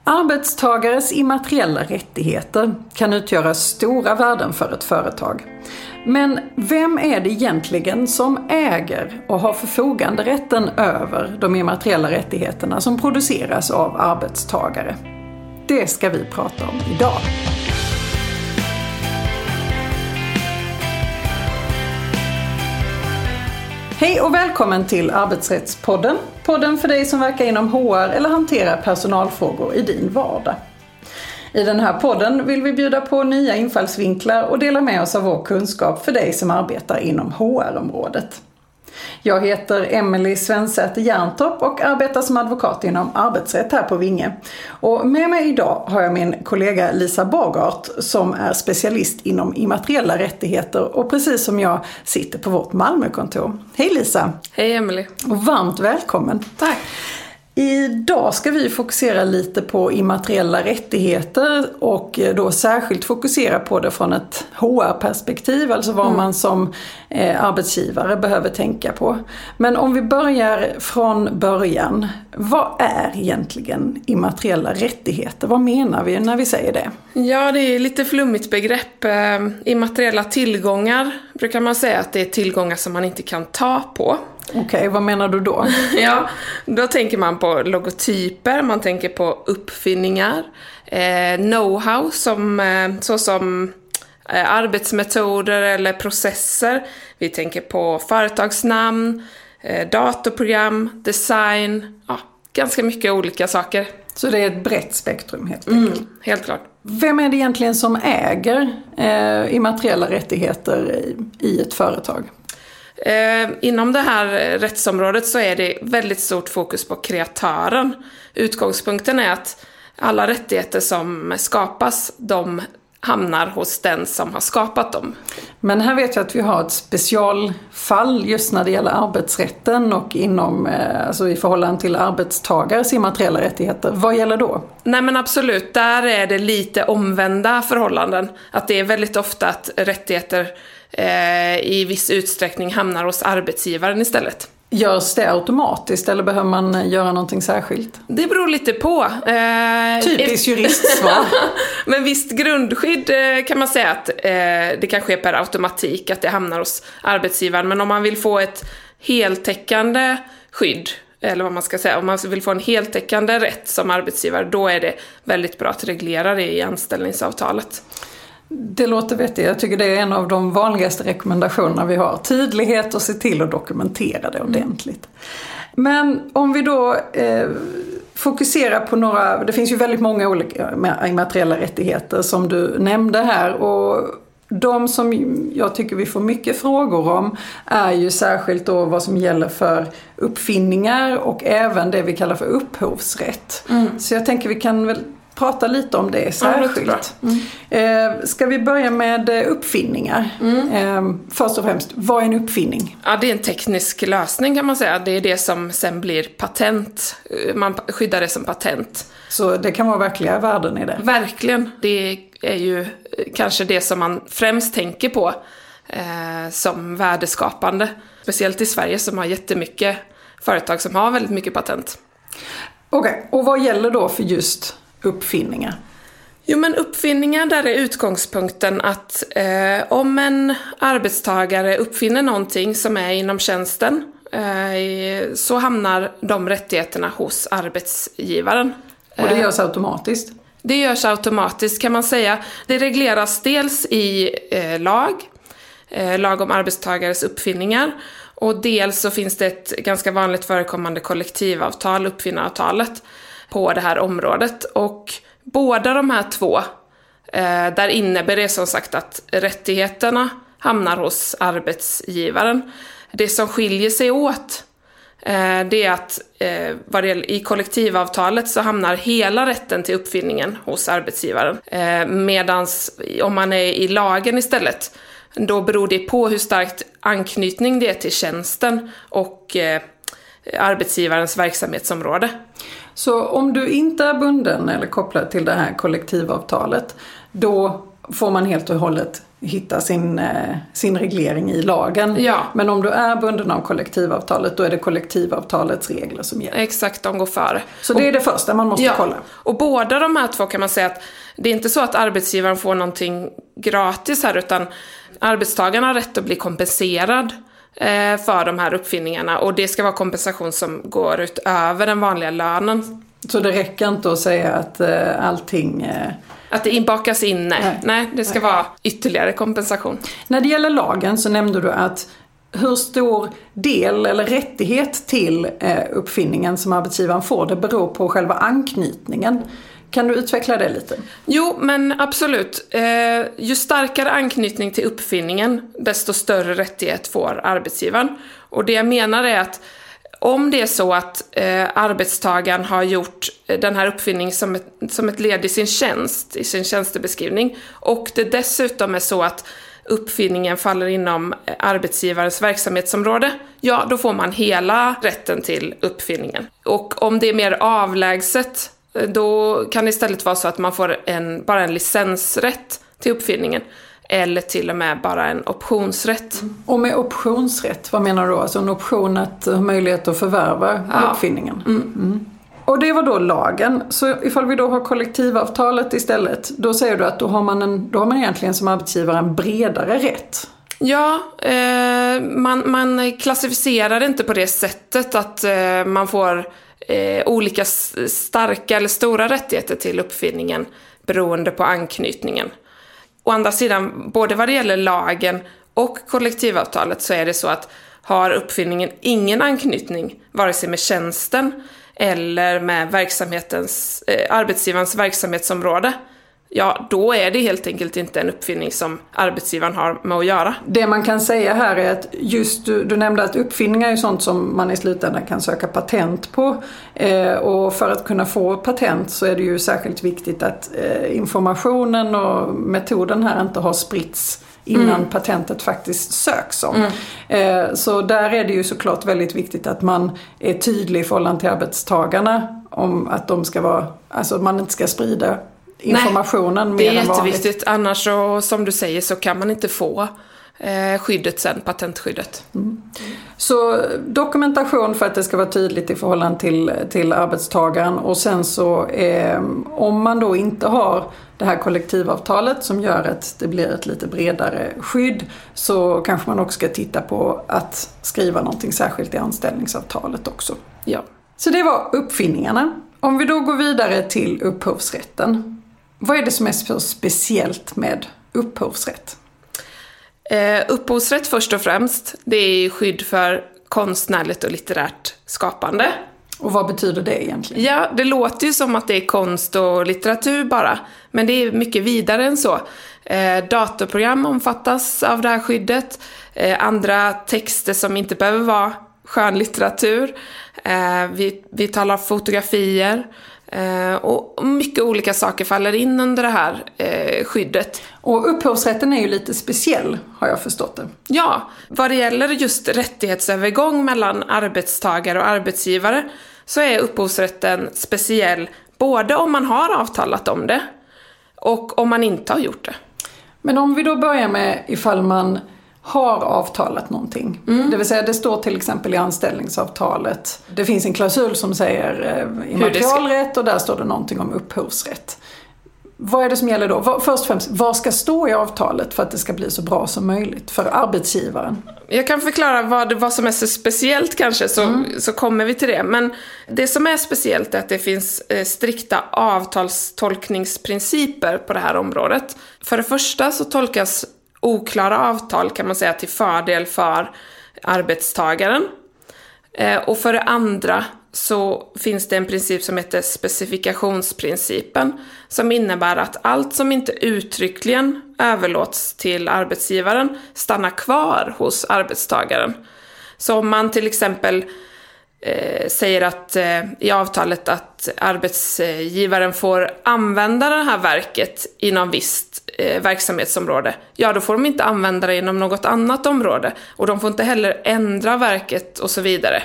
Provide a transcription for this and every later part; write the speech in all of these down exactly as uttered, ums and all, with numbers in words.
Arbetstagares immateriella rättigheter kan utgöra stora värden för ett företag. Men vem är det egentligen som äger och har förfoganderätten över de immateriella rättigheterna som produceras av arbetstagare? Det ska vi prata om idag. Hej och välkommen till Arbetsrättspodden. Podden för dig som verkar inom H R eller hanterar personalfrågor i din vardag. I den här podden vill vi bjuda på nya infallsvinklar och dela med oss av vår kunskap för dig som arbetar inom H R-området. Jag heter Emelie Svensäter Järntorp och arbetar som advokat inom arbetsrätt här på Vinge. Och med mig idag har jag min kollega Lisa Bogart som är specialist inom immateriella rättigheter och precis som jag sitter på vårt Malmökontor. Hej Lisa! Hej Emelie! Och varmt välkommen! Tack! Idag ska vi fokusera lite på immateriella rättigheter och då särskilt fokusera på det från ett H R-perspektiv, alltså vad mm. man som eh, arbetsgivare behöver tänka på. Men om vi börjar från början, vad är egentligen immateriella rättigheter? Vad menar vi när vi säger det? Ja, det är lite flummigt begrepp. Eh, immateriella tillgångar brukar man säga att det är tillgångar som man inte kan ta på. Okej, okay, vad menar du då? Ja, då tänker man på logotyper, man tänker på uppfinningar, eh, know-how som, eh, såsom eh, arbetsmetoder eller processer. Vi tänker på företagsnamn, eh, datorprogram, design, ja, ganska mycket olika saker. Så det är ett brett spektrum helt enkelt? Mm, helt klart. Vem är det egentligen som äger eh, immateriella rättigheter i, i ett företag? Eh, inom det här rättsområdet så är det väldigt stort fokus på kreatören. Utgångspunkten är att alla rättigheter som skapas, de hamnar hos den som har skapat dem. Men här vet jag att vi har ett specialfall just när det gäller arbetsrätten och inom, eh, alltså i förhållande till arbetstagares immateriella rättigheter. Vad gäller då? Nej men absolut, där är det lite omvända förhållanden. Att det är väldigt ofta att rättigheter eh, i viss utsträckning hamnar hos arbetsgivaren istället. Görs det automatiskt eller behöver man göra någonting särskilt? Det beror lite på. Eh, Typiskt juristsvar. Men visst grundskydd eh, kan man säga att eh, det kan ske per automatik att det hamnar hos arbetsgivaren. Men om man vill få ett heltäckande skydd, eller vad man ska säga, om man vill få en heltäckande rätt som arbetsgivare, då är det väldigt bra att reglera det i anställningsavtalet. Det låter vettigt. Jag tycker det är en av de vanligaste rekommendationerna vi har. Tydlighet och se till att dokumentera det ordentligt. Mm. Men om vi då eh, fokuserar på några, det finns ju väldigt många olika immateriella rättigheter som du nämnde här, och de som jag tycker vi får mycket frågor om är ju särskilt då vad som gäller för uppfinningar och även det vi kallar för upphovsrätt. Mm. Så jag tänker vi kan väl prata lite om det särskilt. Ja, mm. eh, ska vi börja med uppfinningar? Mm. Eh, först och främst, vad är en uppfinning? Ja, det är en teknisk lösning kan man säga. Det är det som sen blir patent. Man skyddar det som patent. Så det kan vara verkliga värden i det? Verkligen. Det är ju kanske det som man främst tänker på eh, som värdeskapande. Speciellt i Sverige som har jättemycket företag som har väldigt mycket patent. Okej, okay. Och vad gäller då för just uppfinningar? Jo, men uppfinningar, där är utgångspunkten att eh, om en arbetstagare uppfinner någonting som är inom tjänsten eh, så hamnar de rättigheterna hos arbetsgivaren. Och det görs automatiskt? Det görs automatiskt kan man säga. Det regleras dels i eh, lag, eh, lag om arbetstagares uppfinningar, och dels så finns det ett ganska vanligt förekommande kollektivavtal, uppfinnaravtalet, på det här området. Och båda de här två, eh, där innebär det som sagt att rättigheterna hamnar hos arbetsgivaren. Det som skiljer sig åt eh, det är att eh, vad det gäller, i kollektivavtalet så hamnar hela rätten till uppfinningen hos arbetsgivaren. Eh, medans om man är i lagen istället, då beror det på hur starkt anknytning det är till tjänsten och eh, arbetsgivarens verksamhetsområde. Så om du inte är bunden eller kopplad till det här kollektivavtalet, då får man helt och hållet hitta sin, sin reglering i lagen. Ja. Men om du är bunden av kollektivavtalet, då är det kollektivavtalets regler som gäller. Exakt, de går före. Så det är det första man måste ja. kolla. Och båda de här två kan man säga att det är inte så att arbetsgivaren får någonting gratis här, utan arbetstagarna har rätt att bli kompenserad för de här uppfinningarna, och det ska vara kompensation som går utöver den vanliga lönen. Så det räcker inte att säga att uh, allting... Uh... Att det inbakas in, nej. nej. nej det ska nej. vara ytterligare kompensation. När det gäller lagen så nämnde du att hur stor del eller rättighet till uh, uppfinningen som arbetsgivaren får, det beror på själva anknytningen. Kan du utveckla det lite? Jo, men absolut. Eh, ju starkare anknytning till uppfinningen, desto större rättighet får arbetsgivaren. Och det jag menar är att om det är så att eh, arbetstagaren har gjort den här uppfinningen som ett, som ett led i sin tjänst, i sin tjänstebeskrivning, och det dessutom är så att uppfinningen faller inom arbetsgivarens verksamhetsområde, ja, då får man hela rätten till uppfinningen. Och om det är mer avlägset, då kan det istället vara så att man får en, bara en licensrätt till uppfinningen, eller till och med bara en optionsrätt. Mm. Och med optionsrätt, vad menar du då? Alltså en option att ha möjlighet att förvärva ja. uppfinningen. Mm. Mm. Och det var då lagen. Så ifall vi då har kollektivavtalet istället, då säger du att då har man, en, då har man egentligen som arbetsgivare en bredare rätt. Ja, eh, man, man klassificerar inte på det sättet att eh, man får eh, olika starka eller stora rättigheter till uppfinningen beroende på anknytningen. Å andra sidan, både vad det gäller lagen och kollektivavtalet, så är det så att har uppfinningen ingen anknytning vare sig med tjänsten eller med verksamhetens, eh, arbetsgivarens verksamhetsområde, ja, då är det helt enkelt inte en uppfinning som arbetsgivaren har med att göra. Det man kan säga här är att just du, du nämnde att uppfinningar är sånt som man i slutändan kan söka patent på. Eh, och för att kunna få patent så är det ju särskilt viktigt att eh, informationen och metoden här inte har spritts innan mm. patentet faktiskt söks om. Mm. Eh, så där är det ju såklart väldigt viktigt att man är tydlig i förhållande till arbetstagarna om att de ska vara, alltså att man inte ska sprida informationen. Nej, mer det är än jätteviktigt. Annars så, som du säger, så kan man inte få eh, skyddet sen, patentskyddet. Mm. Så dokumentation för att det ska vara tydligt i förhållande till, till arbetstagaren, och sen så eh, om man då inte har det här kollektivavtalet som gör att det blir ett lite bredare skydd, så kanske man också ska titta på att skriva någonting särskilt i anställningsavtalet också. Ja. Så det var uppfinningarna. Om vi då går vidare till upphovsrätten. Vad är det som är så speciellt med upphovsrätt? Eh, upphovsrätt först och främst, det är skydd för konstnärligt och litterärt skapande. Och vad betyder det egentligen? Ja, det låter ju som att det är konst och litteratur bara, men det är mycket vidare än så. Eh, datorprogram omfattas av det här skyddet. Eh, andra texter som inte behöver vara skönlitteratur. Eh, vi, vi talar fotografier. Eh, och mycket olika saker faller in under det här eh, skyddet. Och upphovsrätten är ju lite speciell, har jag förstått det. Ja, vad det gäller just rättighetsövergång mellan arbetstagare och arbetsgivare, så är upphovsrätten speciell både om man har avtalat om det och om man inte har gjort det. Men om vi då börjar med ifall man har avtalat någonting. Mm. Det vill säga det står till exempel i anställningsavtalet. Det finns en klausul som säger eh, immaterialrätt och där står det någonting om upphovsrätt. Vad är det som gäller då? Först och främst, vad ska stå i avtalet för att det ska bli så bra som möjligt för arbetsgivaren? Jag kan förklara vad, vad som är så speciellt kanske, så, mm. så kommer vi till det. Men det som är speciellt är att det finns eh, strikta avtalstolkningsprinciper på det här området. För det första så tolkas oklara avtal, kan man säga, till fördel för arbetstagaren. Eh, och för det andra så finns det en princip som heter specifikationsprincipen, som innebär att allt som inte uttryckligen överlåts till arbetsgivaren stannar kvar hos arbetstagaren. Så om man till exempel eh, säger att eh, i avtalet att arbetsgivaren får använda det här verket inom visst eh, verksamhetsområde, ja, då får de inte använda det inom något annat område, och de får inte heller ändra verket och så vidare.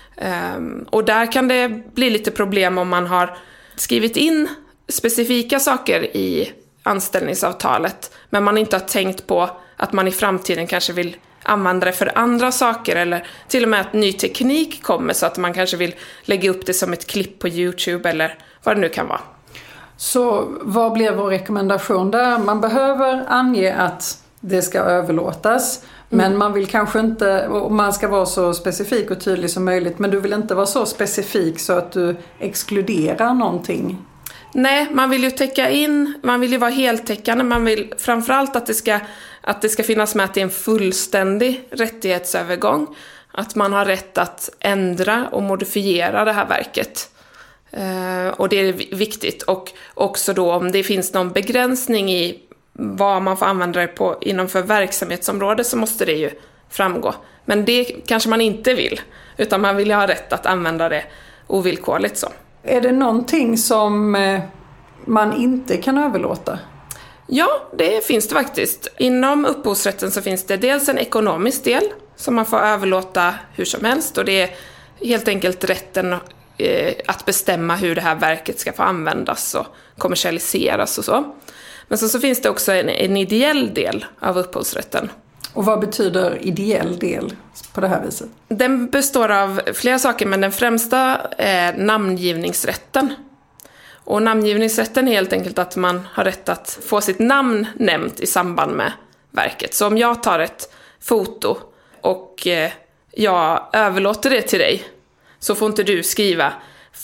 Um, och där kan det bli lite problem om man har skrivit in specifika saker i anställningsavtalet, men man inte har tänkt på att man i framtiden kanske vill använda det för andra saker, eller till och med att ny teknik kommer så att man kanske vill lägga upp det som ett klipp på YouTube eller vad det nu kan vara. Så vad blev vår rekommendation där? Man behöver ange att det ska överlåtas, mm. men man vill kanske inte, och man ska vara så specifik och tydlig som möjligt, men du vill inte vara så specifik så att du exkluderar någonting. Nej, man vill ju täcka in, man vill ju vara heltäckande, man vill framförallt att det ska, att det ska finnas med att det är en fullständig rättighetsövergång, att man har rätt att ändra och modifiera det här verket. Uh, och det är viktigt, och också då om det finns någon begränsning i vad man får använda det på inom för verksamhetsområde, så måste det ju framgå. Men det kanske man inte vill, utan man vill ju ha rätt att använda det ovillkorligt så. Är det någonting som man inte kan överlåta? Ja, det finns det faktiskt. Inom upphovsrätten så finns det dels en ekonomisk del som man får överlåta hur som helst, och det är helt enkelt rätten eh, att bestämma hur det här verket ska få användas och kommersialiseras och så. Men så, så finns det också en, en ideell del av upphovsrätten. Och vad betyder ideell del på det här viset? Den består av flera saker, men den främsta är namngivningsrätten. Och namngivningsrätten är helt enkelt att man har rätt att få sitt namn nämnt i samband med verket. Så om jag tar ett foto och jag överlåter det till dig, så får inte du skriva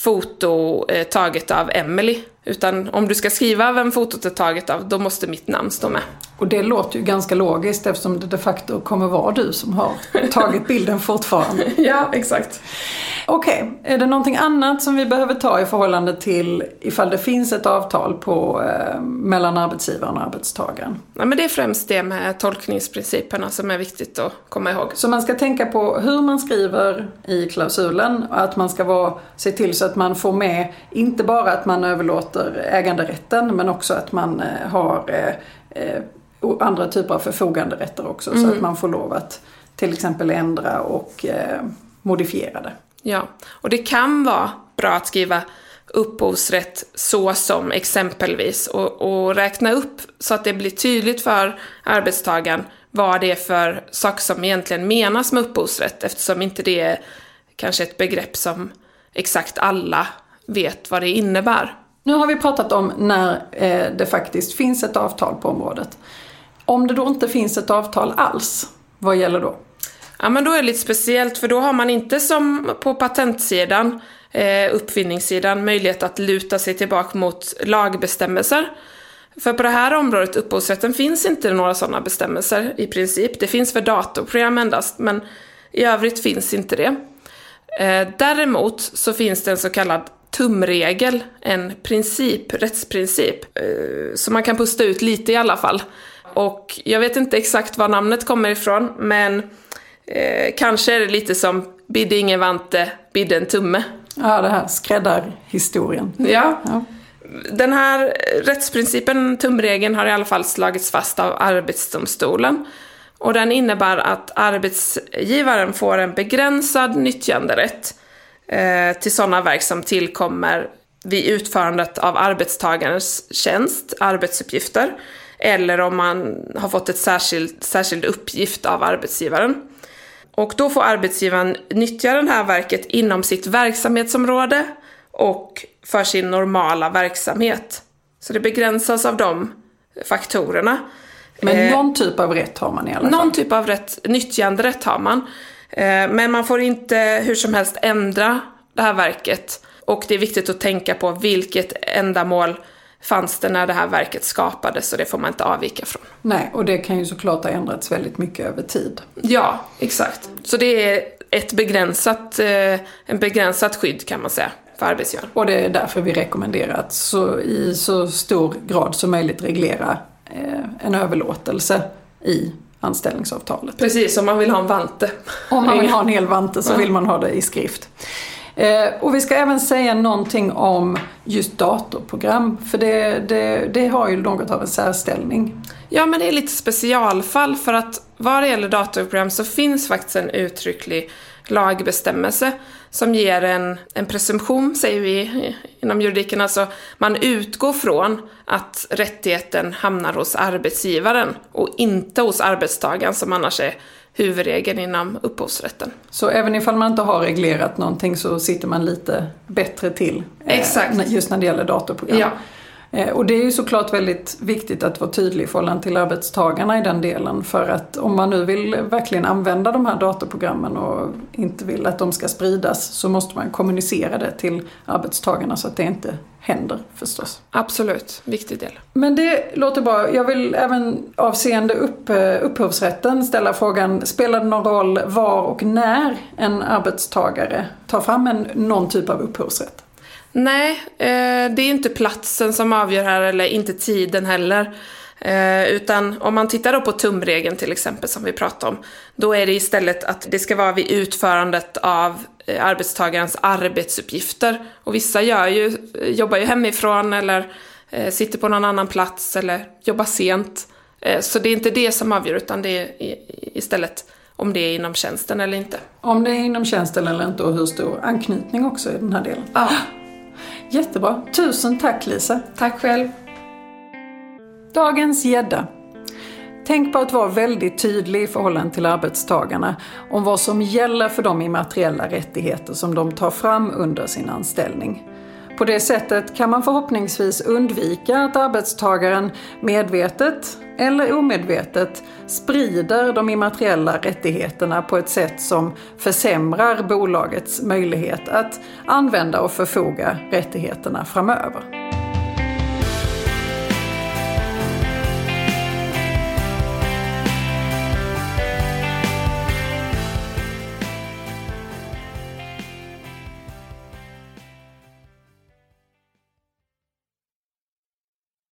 foto taget av Emily. Utan om du ska skriva vem fotot är taget av, då måste mitt namn stå med. Och det låter ju ganska logiskt eftersom det de facto kommer vara du som har tagit bilden fortfarande. Ja, exakt. Okej, okay. Är det någonting annat som vi behöver ta i förhållande till ifall det finns ett avtal på, eh, mellan arbetsgivaren och arbetstagaren? Ja, men det är främst det med tolkningsprinciperna som är viktigt att komma ihåg. Så man ska tänka på hur man skriver i klausulen, och att man ska vara, se till så att man får med inte bara att man överlåter äganderätten, men också att man eh, har eh, eh, andra typer av förfoganderätter också, mm. så att man får lov att till exempel ändra och eh, modifiera det. Ja, och det kan vara bra att skriva upphovsrätt så som exempelvis och, och räkna upp så att det blir tydligt för arbetstagaren vad det är för saker som egentligen menas med upphovsrätt, eftersom inte det är kanske ett begrepp som exakt alla vet vad det innebär. Nu har vi pratat om när eh, det faktiskt finns ett avtal på området. Om det då inte finns ett avtal alls, vad gäller då? Ja, men då är det lite speciellt, för då har man inte som på patentsidan, eh, uppfinningssidan, möjlighet att luta sig tillbaka mot lagbestämmelser. För på det här området, upphovsrätten, finns inte några sådana bestämmelser i princip. Det finns för datorprogram endast, men i övrigt finns inte det. Eh, däremot så finns det en så kallad tumregel, en princip, rättsprincip, eh, som man kan pusta ut lite i alla fall. Och jag vet inte exakt var namnet kommer ifrån, men eh, kanske är det lite som bidde ingen vante, bidde en tumme. Ja, det här skräddarhistorien. Ja. ja. Den här rättsprincipen, tumregeln, har i alla fall slagits fast av Arbetsdomstolen. Och den innebär att arbetsgivaren får en begränsad nyttjanderätt eh, till sådana verk som tillkommer vid utförandet av arbetstagarens tjänst, arbetsuppgifter, eller om man har fått ett särskild, särskild uppgift av arbetsgivaren. Och då får arbetsgivaren nyttja det här verket inom sitt verksamhetsområde och för sin normala verksamhet. Så det begränsas av de faktorerna. Men eh, någon typ av rätt har man i alla fall. Någon typ av rätt, nyttjanderätt har man. Eh, men man får inte hur som helst ändra det här verket. Och det är viktigt att tänka på vilket ändamål fanns det när det här verket skapades, och det får man inte avvika från. Nej, och det kan ju såklart ha ändrats väldigt mycket över tid. Ja, exakt. Så det är ett begränsat, eh, en begränsat skydd kan man säga för arbetsgivaren. Och det är därför vi rekommenderar att så, i så stor grad som möjligt reglera eh, en överlåtelse i anställningsavtalet. Precis, om man vill ha en vante. Om man vill ha en hel vante så vill man ha det i skrift. Eh, och vi ska även säga någonting om just datorprogram, för det, det, det har ju något av en särställning. Ja, men det är lite specialfall, för att vad det gäller datorprogram så finns faktiskt en uttrycklig lagbestämmelse som ger en, en presumtion, säger vi inom juridiken. Alltså man utgår från att rättigheten hamnar hos arbetsgivaren och inte hos arbetstagaren, som annars är huvudregeln inom upphovsrätten. Så även ifall man inte har reglerat någonting så sitter man lite bättre till. Exakt. Eh, just när det gäller datorprogram. Ja. Eh, och det är ju såklart väldigt viktigt att vara tydlig i förhållande till arbetstagarna i den delen. För att om man nu vill verkligen använda de här datorprogrammen och inte vill att de ska spridas, så måste man kommunicera det till arbetstagarna så att det inte händer förstås. Absolut, viktig del. Men det låter bra. Jag vill även avseende upp, upphovsrätten ställa frågan, spelar det någon roll var och när en arbetstagare tar fram en, någon typ av upphovsrätt? Nej, eh, det är inte platsen som avgör här, eller inte tiden heller. Eh, utan om man tittar då på tumregeln till exempel som vi pratade om, då är det istället att det ska vara vid utförandet av eh, arbetstagarens arbetsuppgifter. Och vissa gör ju, jobbar ju hemifrån eller eh, sitter på någon annan plats eller jobbar sent. Eh, så det är inte det som avgör, utan det är i, istället om det är inom tjänsten eller inte. Om det är inom tjänsten eller inte, och hur stor anknytning också i den här delen. Ja. Jättebra. Tusen tack, Lisa. Tack själv. Dagens gädda. Tänk på att vara väldigt tydlig i förhållande till arbetstagarna om vad som gäller för de immateriella rättigheter som de tar fram under sin anställning. På det sättet kan man förhoppningsvis undvika att arbetstagaren medvetet eller omedvetet sprider de immateriella rättigheterna på ett sätt som försämrar bolagets möjlighet att använda och förfoga rättigheterna framöver.